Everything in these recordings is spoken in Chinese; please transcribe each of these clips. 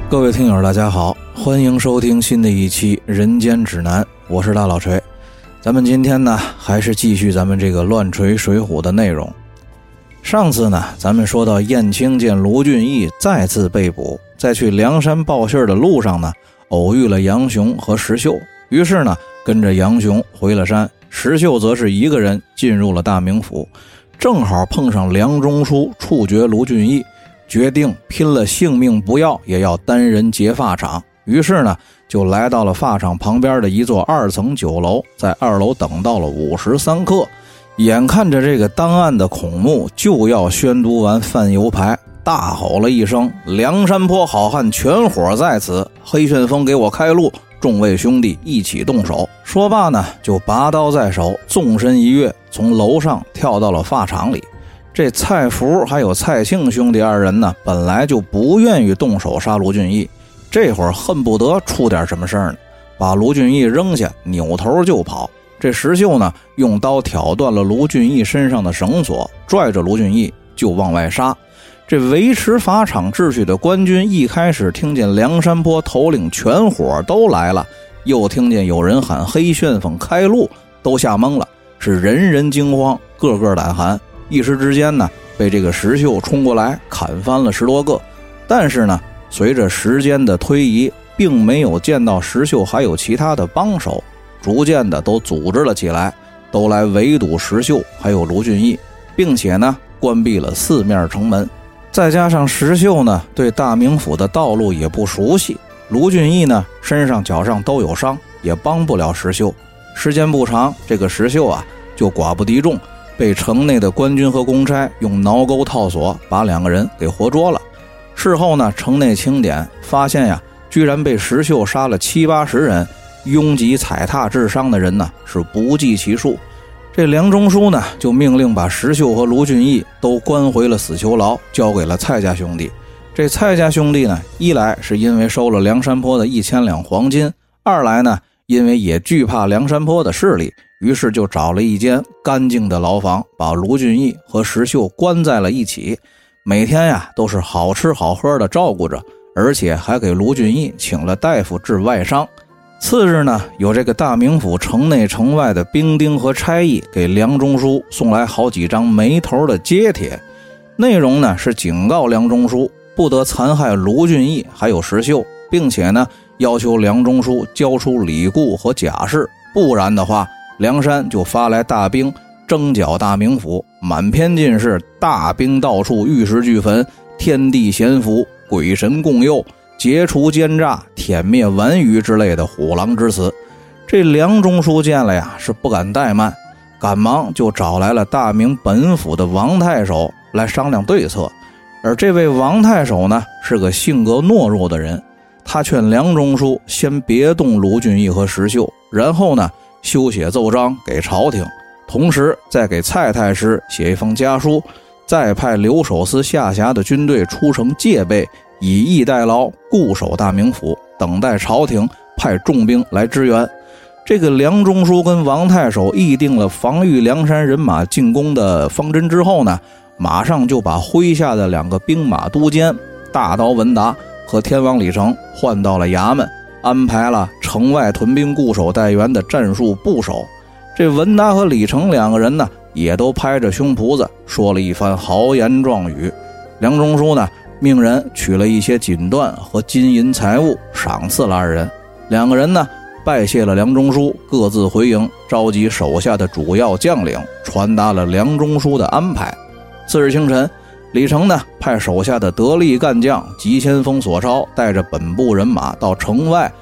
各位听友大家好，欢迎收听新的一期人间指南，我是大老锤。咱们今天呢还是继续咱们这个乱锤水浒的内容。上次呢咱们说到燕青见卢俊义再次被捕，在去梁山报信的路上呢偶遇了杨雄和石秀，于是呢跟着杨雄回了山，石秀则是一个人进入了大名府，正好碰上梁中书处决卢俊义，决定拼了性命不要也要单人劫发场，于是呢就来到了发场旁边的一座2层酒楼，在2楼等到了午时3刻。眼看着这个当案的孔目就要宣读完范油牌，大吼了一声：梁山泊好汉全伙在此，黑旋风给我开路！众位兄弟一起动手。说罢呢就拔刀在手，纵身一跃，从楼上跳到了发场里。这蔡福还有蔡庆兄弟二人呢，本来就不愿意动手杀卢俊义，这会儿恨不得出点什么事儿呢，把卢俊义扔下，扭头就跑。这石秀呢用刀挑断了卢俊义身上的绳索，拽着卢俊义就往外杀。这维持法场秩序的官军一开始听见梁山泊头领全伙都来了，又听见有人喊黑旋风开路，都吓懵了，是人人惊慌，个个胆寒。一时之间呢被这个石秀冲过来砍翻了10多个。但是呢随着时间的推移，并没有见到石秀还有其他的帮手，逐渐的都组织了起来，都来围堵石秀还有卢俊义，并且呢关闭了4面城门。再加上石秀呢对大名府的道路也不熟悉，卢俊义呢身上脚上都有伤，也帮不了石秀。时间不长，这个石秀啊就寡不敌众，被城内的官军和公差用挠钩套索把2个人给活捉了。事后呢城内清点发现呀，居然被石秀杀了70、80人，拥挤踩踏致伤的人呢是不计其数。这梁中书呢就命令把石秀和卢俊义都关回了死囚牢，交给了蔡家兄弟。这蔡家兄弟呢，一来是因为收了梁山泊的1000两黄金，二来呢因为也惧怕梁山泊的势力，于是就找了一间干净的牢房，把卢俊义和石秀关在了一起，每天呀都是好吃好喝的照顾着，而且还给卢俊义请了大夫治外伤。次日呢，有这个大名府城内城外的兵丁和差役给梁中书送来好几张没头的揭帖，内容呢是警告梁中书不得残害卢俊义还有石秀，并且呢要求梁中书交出李固和贾氏，不然的话梁山就发来大兵征剿大名府，满篇尽是大兵到处，玉石俱焚，天地咸服，鬼神共佑，劫除奸诈，舔灭顽愚之类的虎狼之词。这梁中书见了呀是不敢怠慢，赶忙就找来了大名本府的王太守来商量对策。而这位王太守呢是个性格懦弱的人，他劝梁中书先别动卢俊义和石秀，然后呢修写奏章给朝廷，同时再给蔡太师写一封家书，再派留守司下辖的军队出城戒备，以逸待劳，固守大名府，等待朝廷派重兵来支援。这个梁中书跟王太守议定了防御梁山人马进攻的方针之后呢，马上就把麾下的2个兵马都监大刀文达和天王李成换到了衙门，安排了城外屯兵固守待援的战术部首。这文达和李成2个人呢也都拍着胸脯子说了一番豪言壮语。梁中书呢命人取了一些锦缎和金银财物赏赐了2人，2个人呢拜谢了梁中书，各自回营，召集手下的主要将领，传达了梁中书的安排。次日清晨，李成呢派手下的得力干将急先锋索超带着本部人马到城外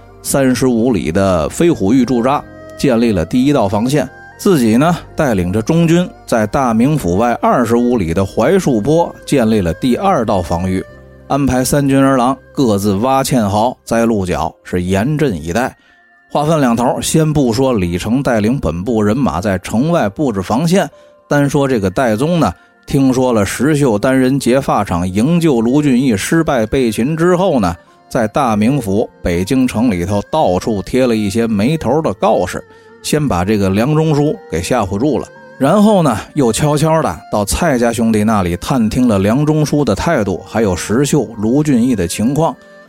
35里的飞虎峪驻扎，建立了第1道防线，自己呢带领着中军在大名府外25里的槐树坡建立了第2道防御，安排3军儿郎各自挖堑壕栽鹿角，是严阵以待。话分2头，先不说李成带领本部人马在城外布置防线，单说这个戴宗呢，听说了石秀单人劫发场营救卢俊义失败被擒之后呢，在大名府北京城里头到处贴了一些没头的告示，先把这个梁中书给吓唬住了。然后呢又悄悄的到蔡家兄弟那里探听了梁中书的态度，还有石秀卢俊义的情况。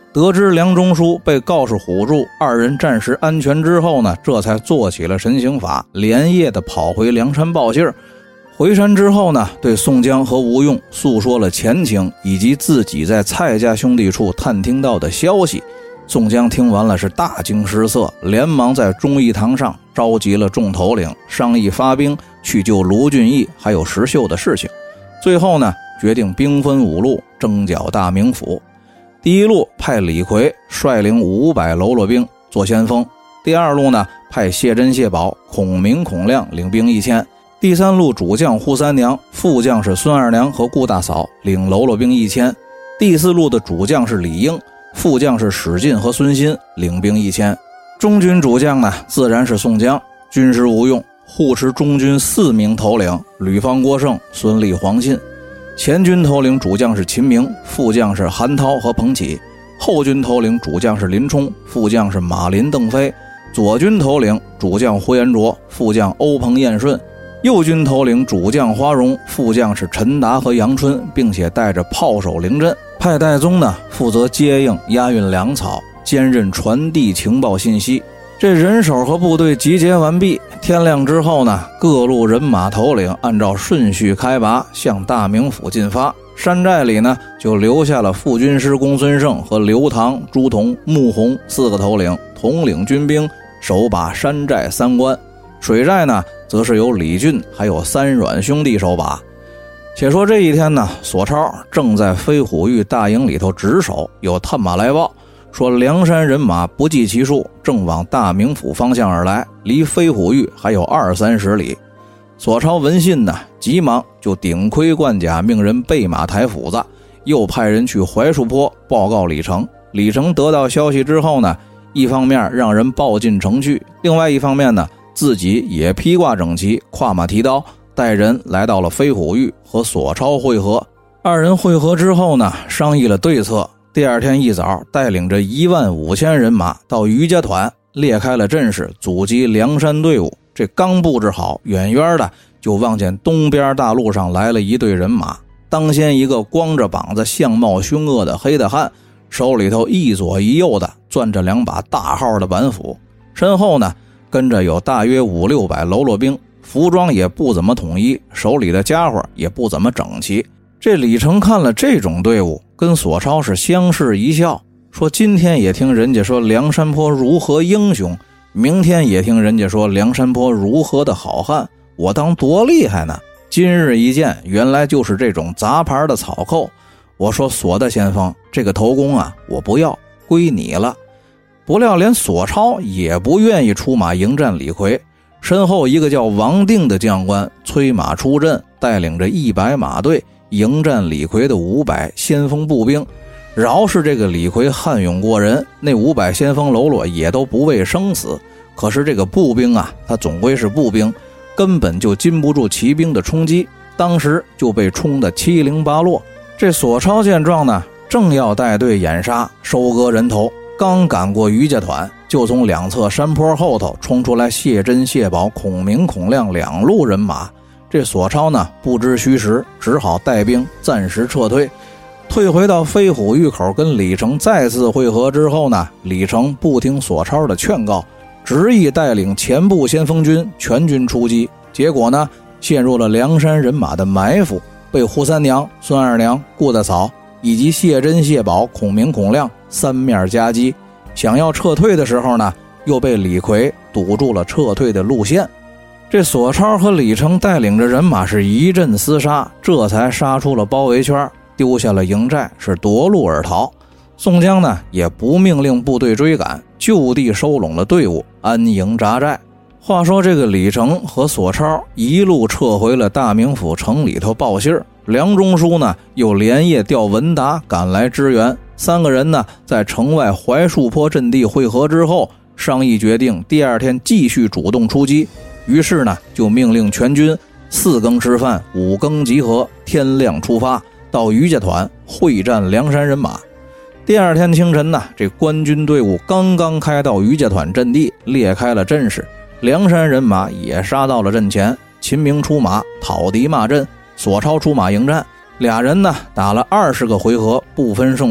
得知梁中书被告示唬住，二人暂时安全之后呢，这才做起了神行法，连夜的跑回梁山报信儿。回山之后呢，对宋江和吴用诉说了前情以及自己在蔡家兄弟处探听到的消息。宋江听完了是大惊失色，连忙在忠义堂上召集了众头领，商议发兵去救卢俊义还有石秀的事情。最后呢，决定兵分5路征剿大名府。第一路派李逵率领500喽啰兵做先锋，第二路呢派谢珍、谢宝、孔明、孔亮领兵1000，第三路主将扈三娘、副将是孙二娘和顾大嫂领喽啰兵1000，第四路的主将是李应，副将是史进和孙新领兵1000。中军主将呢自然是宋江，军师吴用护持中军4名头领吕方、郭盛、孙立、黄信。前军头领主将是秦明，副将是韩涛和彭起。后军头领主将是林冲，副将是马林、邓飞。左军头领主将呼延灼，副将欧鹏、燕顺。右军头领主将花荣，副将是陈达和杨春，并且带着炮手临阵。派戴宗呢负责接应押运粮草，兼任传递情报信息。这人手和部队集结完毕，天亮之后呢，各路人马头领按照顺序开拔，向大名府进发。山寨里呢，就留下了副军师公孙胜和刘唐、朱仝、穆弘4个头领，统领军兵，守把山寨3关。水寨呢，则是由李俊还有3阮兄弟守把。且说这一天呢，索超正在飞虎峪大营里头值守，有探马来报说梁山人马不计其数，正往大名府方向而来，离飞虎峪还有20-30里。索超闻信呢，急忙就顶盔贯甲，命人备马抬斧子，又派人去槐树坡报告李成。李成得到消息之后呢，一方面让人抱进城去，另外一方面呢，自己也披挂整齐，挎马提刀，带人来到了飞虎峪和索超会合。二人会合之后呢，商议了对策。第二天一早，带领着15000人马到于家团，列开了阵势，阻击梁山队伍。这刚布置好，远远的就望见东边大路上来了一队人马，当先一个光着膀子、相貌凶恶的黑大汉，手里头一左一右的攥着2把大号的板斧，身后呢跟着有大约500-600喽啰兵，服装也不怎么统一，手里的家伙也不怎么整齐。这李成看了这种队伍，跟索超是相视一笑，说今天也听人家说梁山泊如何英雄，明天也听人家说梁山泊如何的好汉，我当多厉害呢。今日一见，原来就是这种杂牌的草寇。我说索大先锋，这个头功啊我不要，归你了。不料连索超也不愿意出马迎战李逵，身后一个叫王定的将官催马出阵，带领着100马队迎战李逵的500先锋步兵。饶是这个李逵悍勇过人，那500先锋喽啰也都不畏生死，可是这个步兵啊，他总归是步兵，根本就禁不住骑兵的冲击，当时就被冲得七零八落。这索超见状呢，正要带队掩杀收割人头，刚赶过于家团，就从两侧山坡后头冲出来谢珍、谢宝、孔明、孔亮2路人马。这索超呢不知虚实，只好带兵暂时撤退。退回到飞虎峪口跟李成再次会合之后呢，李成不听索超的劝告，执意带领前部先锋军全军出击，结果呢陷入了梁山人马的埋伏，被扈三娘、孙二娘、顾大嫂以及谢珍、谢宝、孔明、孔亮3面夹击。想要撤退的时候呢，又被李逵堵住了撤退的路线。这索超和李成带领着人马是一阵厮杀，这才杀出了包围圈，丢下了营寨，是夺路而逃。宋江呢也不命令部队追赶，就地收拢了队伍，安营扎寨。话说这个李成和索超一路撤回了大名府城里头报信儿，梁中书呢又连夜调文达赶来支援。3个人呢在城外槐树坡阵地会合之后，商议决定第二天继续主动出击。于是呢就命令全军4更吃饭，5更集合，天亮出发，到于家团会战梁山人马。第二天清晨呢，这官军队伍刚刚开到于家团阵地，列开了阵势，梁山人马也杀到了阵前。秦明出马讨敌骂阵，索超出马迎战，俩人呢打了20个回合，不分胜负。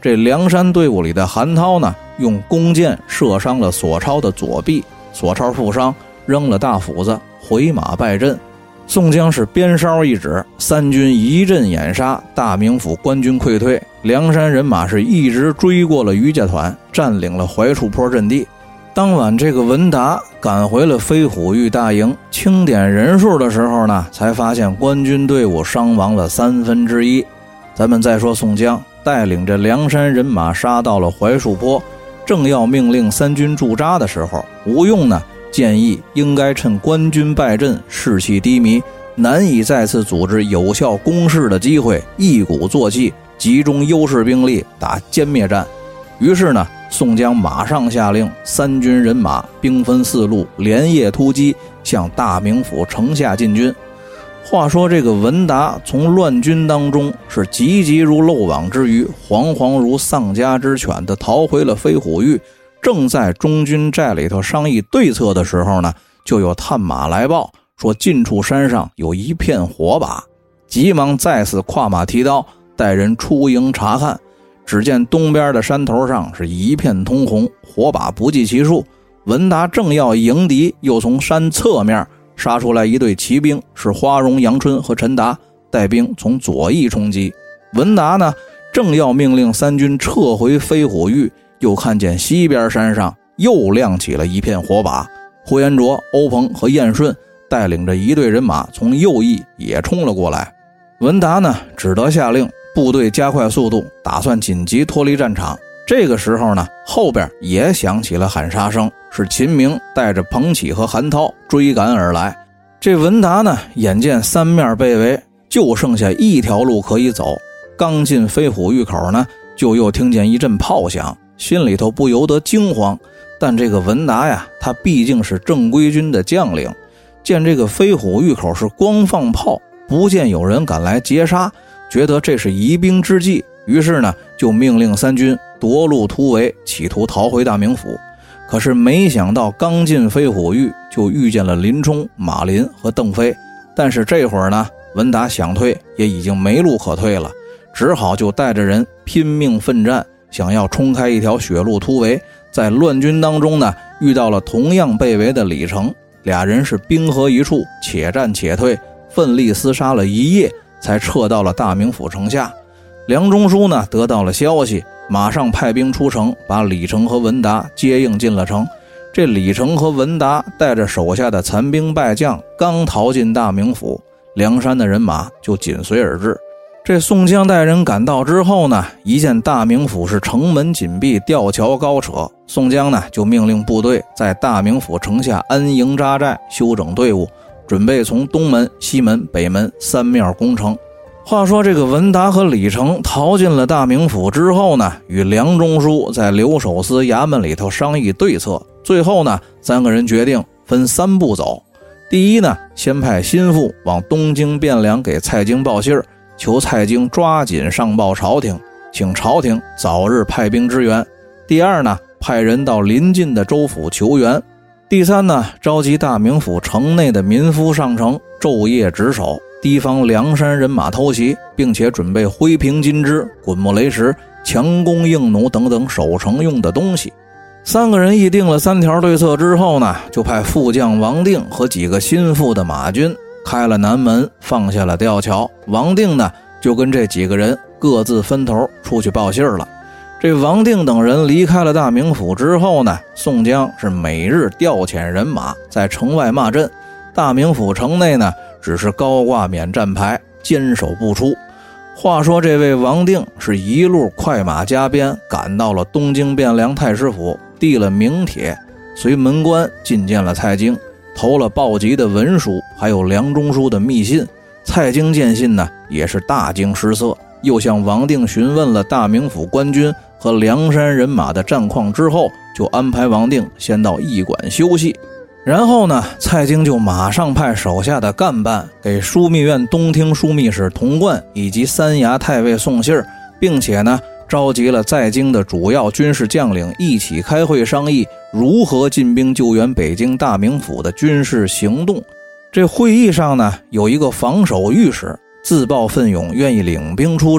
这梁山队伍里的韩涛呢，用弓箭射伤了索超的左臂，索超负伤，扔了大斧子，回马败阵。宋江是鞭梢一指，三军一阵掩杀，大名府官军溃退，梁山人马是一直追过了于家团，占领了槐树坡阵地。当晚这个文达赶回了飞虎峪大营，清点人数的时候呢，才发现官军队伍伤亡了1/3。咱们再说宋江带领着梁山人马杀到了槐树坡，正要命令三军驻扎的时候，吴用呢建议应该趁官军败阵，士气低迷，难以再次组织有效攻势的机会，一鼓作气，集中优势兵力打歼灭战。于是呢，宋江马上下令三军人马兵分4路，连夜突击，向大名府城下进军。话说这个文达从乱军当中是急急如漏网之鱼，惶惶如丧家之犬地逃回了飞虎峪。正在中军寨里头商议对策的时候呢，就有探马来报说近处山上有一片火把，急忙再次跨马提刀带人出营查看。只见东边的山头上是一片通红，火把不计其数。文达正要迎敌，又从山侧面杀出来一队骑兵，是花荣、杨春和陈达带兵从左翼冲击。文达呢正要命令三军撤回飞虎峪，又看见西边山上又亮起了一片火把，呼延灼、欧鹏和燕顺带领着一队人马从右翼也冲了过来。文达呢只得下令部队加快速度，打算紧急脱离战场。这个时候呢，后边也响起了喊杀声，是秦明带着彭起和韩涛追赶而来。这文达呢眼见三面被围，就剩下一条路可以走，刚进飞虎峪口呢，就又听见一阵炮响，心里头不由得惊慌。但这个文达呀，他毕竟是正规军的将领，见这个飞虎峪口是光放炮，不见有人赶来截杀，觉得这是疑兵之计，于是呢就命令三军夺路突围，企图逃回大名府。可是没想到刚进飞虎峪，就遇见了林冲、马林和邓飞。但是这会儿呢，文达想退也已经没路可退了，只好就带着人拼命奋战，想要冲开一条血路突围。在乱军当中呢，遇到了同样被围的李成，俩人是兵合一处，且战且退，奋力厮杀了一夜，才撤到了大名府城下。梁中书呢得到了消息，马上派兵出城，把李成和文达接应进了城。这李成和文达带着手下的残兵败将，刚逃进大名府，梁山的人马就紧随而至。这宋江带人赶到之后呢，一见大名府是城门紧闭，吊桥高扯，宋江呢就命令部队在大名府城下安营扎寨，休整队伍，准备从东门、西门、北门三面攻城。话说这个文达和李成逃进了大名府之后呢，与梁中书在留守司衙门里头商议对策。最后呢，三个人决定分3步走。第一呢，先派心腹往东京汴梁给蔡京报信，求蔡京抓紧上报朝廷，请朝廷早日派兵支援。第二呢，派人到临近的州府求援。第三呢，召集大名府城内的民夫上城，昼夜值守，提防梁山人马偷袭，并且准备灰瓶金枝、滚木雷石、强弓硬弩等等守城用的东西。三个人议定了3条对策之后呢，就派副将王定和几个心腹的马军开了南门，放下了吊桥。王定呢就跟这几个人各自分头出去报信了。这王定等人离开了大名府之后呢，宋江是每日调遣人马在城外骂阵，大名府城内呢只是高挂免战牌，坚守不出。话说这位王定是一路快马加鞭赶到了东京汴梁太师府，递了名帖，随门官觐见了蔡京，投了报急的文书，还有梁中书的密信。蔡京见信呢，也是大惊失色，又向王定询问了大名府官军和梁山人马的战况之后，就安排王定先到驿馆休息。然后呢，蔡京就马上派手下的干办给枢密院东厅枢密使童贯以及三衙太尉送信，并且呢召集了在京的主要军事将领一起开会商议如何进兵救援北京大名府的军事行动。这会议上呢，有一个防守御史自报奋勇，愿意领兵出征。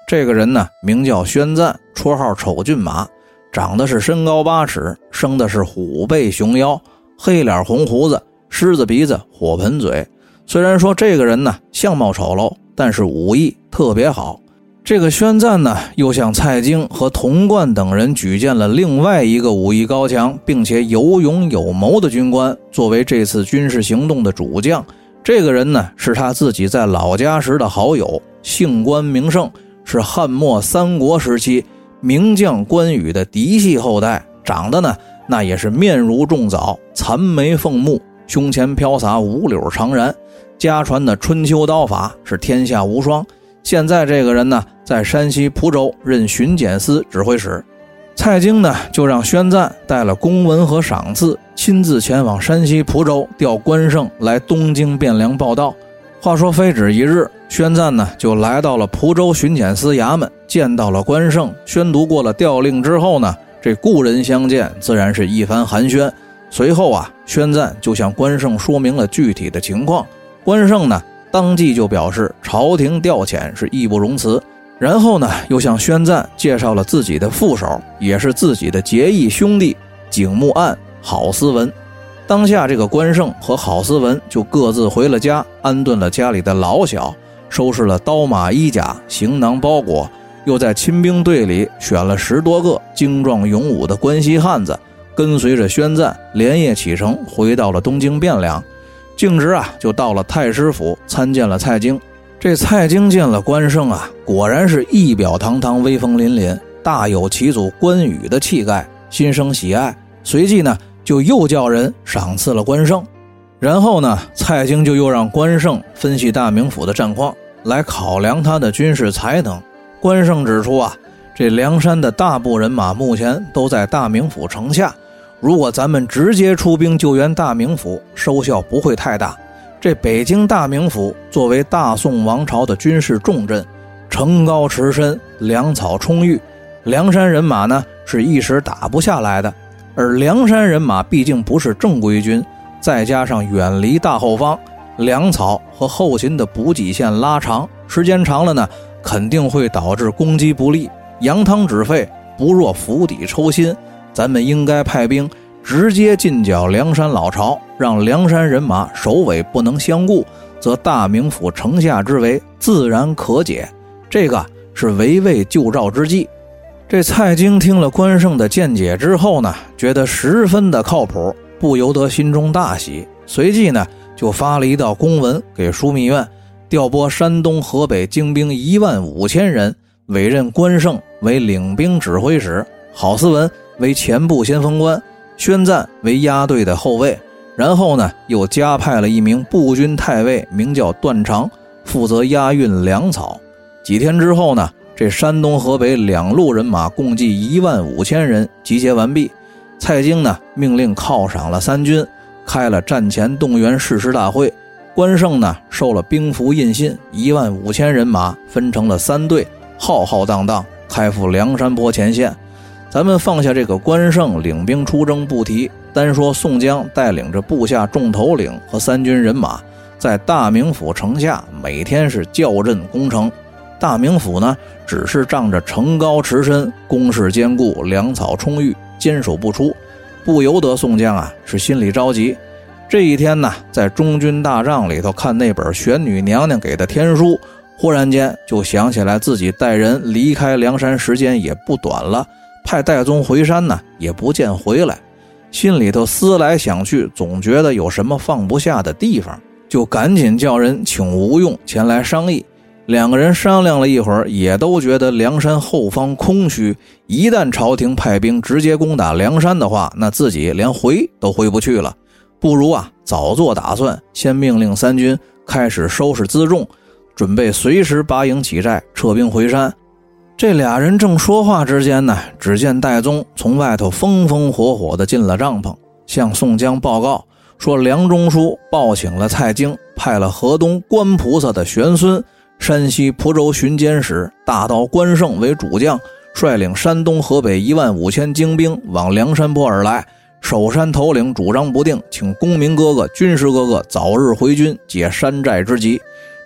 这个人呢名叫宣赞，绰号丑骏马，长得是身高8尺，生的是虎背熊腰，黑脸红胡子，狮子鼻子，火盆嘴。虽然说这个人呢相貌丑陋，但是武艺特别好。这个宣赞呢又向蔡京和童贯等人举荐了另外一个武艺高强并且有勇有谋的军官，作为这次军事行动的主将。这个人呢是他自己在老家时的好友，姓关名胜，是汉末三国时期名将关羽的嫡系后代，长得呢那也是面如重枣，残眉凤目，胸前飘洒五柳长髯，家传的春秋刀法是天下无双。现在这个人呢在山西蒲州任巡检司指挥使。蔡京呢就让宣赞带了公文和赏赐，亲自前往山西蒲州调关胜来东京汴梁报道。话说非止一日，宣赞呢就来到了蒲州巡检司衙门，见到了关胜，宣读过了调令之后呢，这故人相见自然是一番寒暄。随后啊，宣赞就向关胜说明了具体的情况。关胜呢当即就表示朝廷调遣是义不容辞，然后呢又向宣赞介绍了自己的副手，也是自己的结义兄弟景穆案郝思文。当下这个关胜和郝思文就各自回了家，安顿了家里的老小，收拾了刀马衣甲行囊包裹，又在亲兵队里选了10多个精壮勇武的关西汉子，跟随着宣赞连夜启程回到了东京汴梁。径直啊就到了太师府参见了蔡京。这蔡京见了关胜啊，果然是仪表堂堂，威风凛凛，大有其祖关羽的气概，心生喜爱，随即呢就又叫人赏赐了关胜。然后呢蔡京就又让关胜分析大名府的战况，来考量他的军事才能。关胜指出啊，这梁山的大部人马目前都在大名府城下，如果咱们直接出兵救援大名府，收效不会太大。这北京大名府作为大宋王朝的军事重镇，城高池深，粮草充裕，梁山人马呢是一时打不下来的。而梁山人马毕竟不是正规军，再加上远离大后方，粮草和后勤的补给线拉长，时间长了呢，肯定会导致攻击不利，扬汤止沸，不若釜底抽薪。咱们应该派兵直接进剿梁山老巢，让梁山人马首尾不能相顾，则大名府城下之围自然可解。这个是围魏救赵之计。这蔡京听了关胜的见解之后呢，觉得十分的靠谱，不由得心中大喜，随即呢就发了一道公文给枢密院，调拨山东河北精兵15000人，委任关胜为领兵指挥使，郝思文为前部先锋官，宣赞为押队的后卫。然后呢又加派了一名步军太尉，名叫段长，负责押运粮草。几天之后呢，这山东河北2路人马共计15000人集结完毕。蔡京呢命令犒赏了3军，开了战前动员誓师大会。关胜呢受了兵符印信，15000人马分成了3队，浩浩荡荡开赴梁山泊前线。咱们放下这个关胜领兵出征不提，单说宋江带领着部下众头领和3军人马，在大名府城下每天是校阵攻城。大名府呢只是仗着城高池深，工事坚固，粮草充裕，坚守不出，不由得宋江啊是心里着急。这一天呢，在中军大帐里头看那本玄女娘娘给的天书，忽然间就想起来自己带人离开梁山时间也不短了，派戴宗回山呢也不见回来，心里头思来想去，总觉得有什么放不下的地方，就赶紧叫人请吴用前来商议。2个人商量了一会儿，也都觉得梁山后方空虚，一旦朝廷派兵直接攻打梁山的话，那自己连回都回不去了，不如啊早做打算，先命令3军开始收拾辎重，准备随时拔营起寨，撤兵回山。这俩人正说话之间呢，只见戴宗从外头风风火火地进了帐篷，向宋江报告说梁中书报请了蔡京，派了河东关菩萨的玄孙，山西蒲州巡监使大刀关胜为主将，率领山东河北15000精兵往梁山泊而来，守山头领主张不定，请公明哥哥军师哥哥早日回军解山寨之急。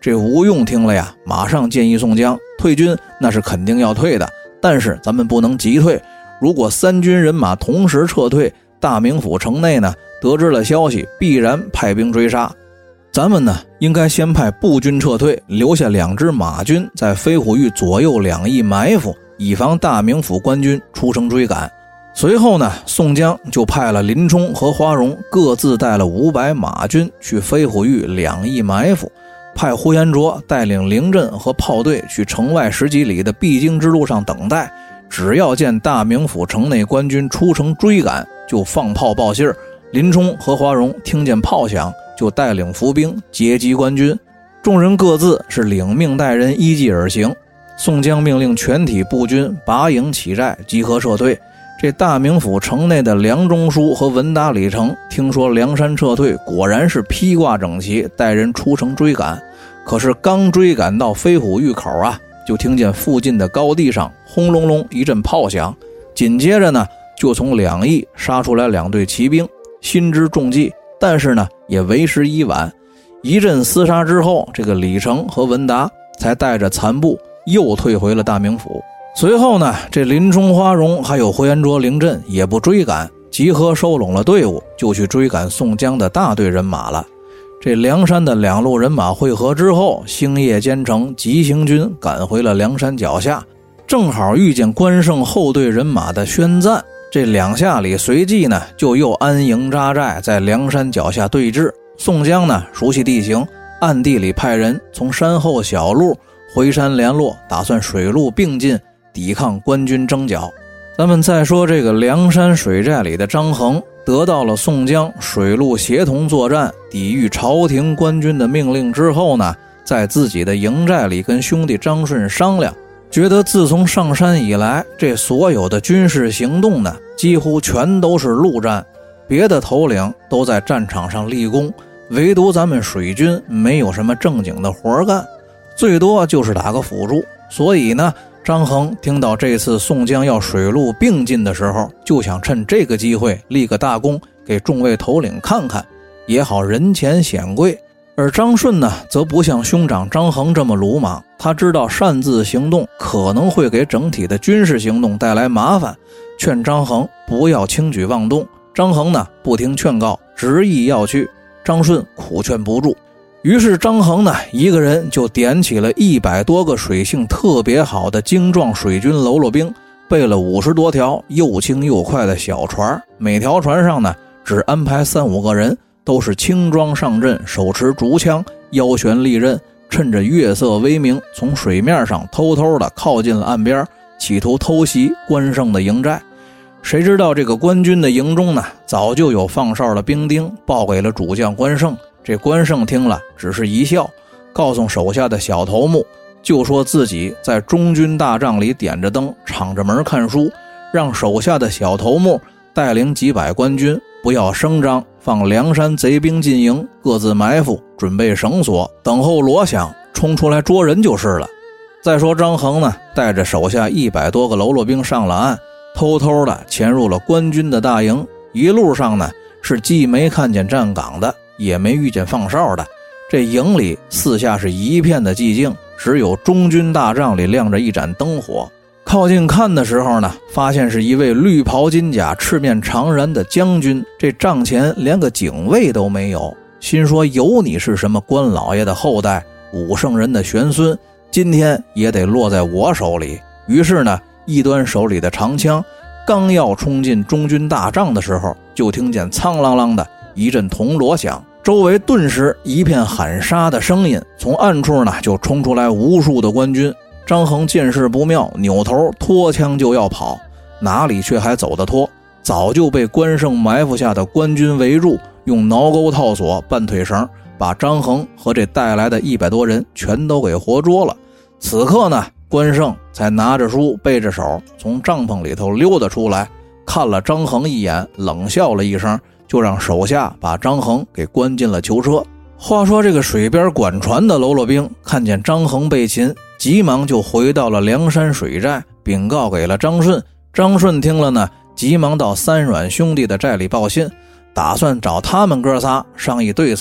这吴用听了呀，马上建议宋江退军，那是肯定要退的，但是咱们不能急退，如果3军人马同时撤退，大名府城内呢得知了消息，必然派兵追杀。咱们呢应该先派步军撤退，留下2支马军在飞虎峪左右2翼埋伏，以防大名府官军出城追赶。随后呢，宋江就派了林冲和花荣各自带了500马军去飞虎峪2翼埋伏，派呼延灼带领灵阵和炮队去城外10几里的必经之路上等待，只要见大名府城内官军出城追赶，就放炮报信儿。林冲和花荣听见炮响，就带领伏兵截击官军，众人各自是领命带人依计而行。宋江命令全体步军拔营起寨，集合撤退。这大名府城内的梁中书和文达李成听说梁山撤退，果然是披挂整齐，带人出城追赶。可是刚追赶到飞虎峪口啊，就听见附近的高地上轰隆隆一阵炮响，紧接着呢，就从2翼杀出来2队骑兵，心知中计，但是呢也为时已晚。一阵厮杀之后，这个李成和文达才带着残部又退回了大名府。随后呢，这林冲、花荣还有呼延灼、灵阵也不追赶，集合收拢了队伍，就去追赶宋江的大队人马了。这梁山的2路人马会合之后，星夜兼程，急行军赶回了梁山脚下，正好遇见关胜后队人马的宣赞。这2下里随即呢就又安营扎寨，在梁山脚下对峙。宋江呢熟悉地形，暗地里派人从山后小路回山联络，打算水陆并进，抵抗官军征剿。咱们再说这个梁山水寨里的张衡，得到了宋江水陆协同作战，抵御朝廷官军的命令之后呢，在自己的营寨里跟兄弟张顺商量，觉得自从上山以来，这所有的军事行动呢，几乎全都是陆战，别的头领都在战场上立功，唯独咱们水军没有什么正经的活干，最多就是打个辅助。所以呢，张衡听到这次宋江要水陆并进的时候，就想趁这个机会立个大功，给众位头领看看，也好人前显贵。而张顺呢，则不像兄长张衡这么鲁莽，他知道擅自行动可能会给整体的军事行动带来麻烦，劝张衡不要轻举妄动。张衡呢，不听劝告，执意要去，张顺苦劝不住。于是张衡呢，一个人就点起了100多个水性特别好的精壮水军喽啰兵，备了50多条又轻又快的小船，每条船上呢，只安排3、5个人，都是轻装上阵，手持竹枪，腰悬利刃，趁着月色微明，从水面上偷偷的靠近了岸边，企图偷袭关胜的营寨。谁知道这个官军的营中呢，早就有放哨的兵丁报给了主将关胜。这关胜听了只是一笑，告诉手下的小头目，就说自己在中军大帐里点着灯，敞着门看书，让手下的小头目带领几百官军不要声张，放梁山贼兵进营，各自埋伏，准备绳索，等候锣响，冲出来捉人就是了。再说张衡呢，带着手下100多个喽啰兵上了岸，偷偷的潜入了官军的大营。一路上呢，是既没看见站岗的，也没遇见放哨的，这营里四下是一片的寂静，只有中军大帐里亮着一盏灯火。靠近看的时候呢，发现是一位绿袍金甲、赤面长髯的将军，这帐前连个警卫都没有。心说有你是什么关老爷的后代，武圣人的玄孙，今天也得落在我手里。于是呢，一端手里的长枪，刚要冲进中军大帐的时候，就听见苍啷啷的一阵铜锣响，周围顿时一片喊杀的声音，从暗处呢就冲出来无数的官军。张衡见势不妙，扭头脱枪就要跑，哪里却还走得脱，早就被关胜埋伏下的官军围住，用挠钩套索、半腿绳把张衡和这带来的100多人全都给活捉了。此刻呢，关胜才拿着书背着手从帐篷里头溜达出来，看了张衡一眼，冷笑了一声，就让手下把张衡给关进了囚车。话说这个水边管船的喽啰兵看见张衡被擒，急忙就回到了梁山水寨，禀告给了张顺。张顺听了呢，急忙到3阮兄弟的寨里报信，打算找他们哥仨商议对策。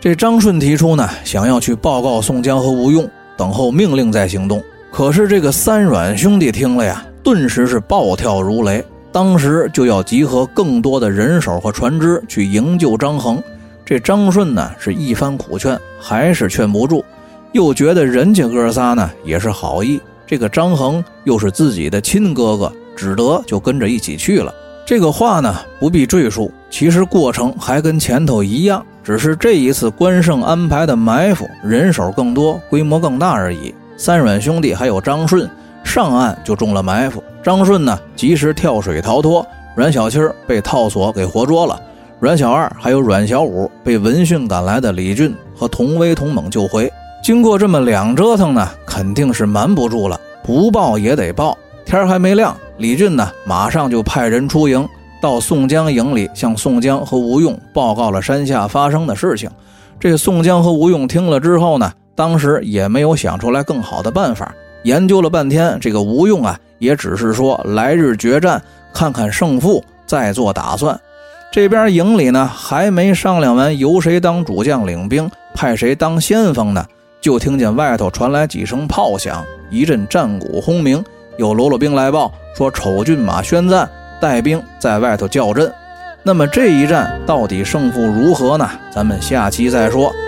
这张顺提出呢，想要去报告宋江和吴用，等候命令再行动。可是这个三阮兄弟听了呀，顿时是暴跳如雷，当时就要集合更多的人手和船只去营救张衡。这张顺呢是一番苦劝，还是劝不住，又觉得人家哥仨呢也是好意，这个张衡又是自己的亲哥哥，只得就跟着一起去了。这个话呢不必赘述，其实过程还跟前头一样，只是这一次关胜安排的埋伏人手更多，规模更大而已。三阮兄弟还有张顺上岸就中了埋伏，张顺呢及时跳水逃脱，阮小七被套索给活捉了，阮小二还有阮小五被闻讯赶来的李俊和同威同猛救回。经过这么两折腾呢，肯定是瞒不住了，不报也得报。天还没亮，李俊呢马上就派人出营，到宋江营里向宋江和吴用报告了山下发生的事情。这宋江和吴用听了之后呢，当时也没有想出来更好的办法，研究了半天，这个吴用啊也只是说来日决战，看看胜负再做打算。这边营里呢还没商量完由谁当主将领兵，派谁当先锋呢，就听见外头传来几声炮响，一阵战鼓轰鸣，有喽啰兵来报说丑骏马宣赞，带兵在外头叫阵。那么这一战到底胜负如何呢？咱们下期再说。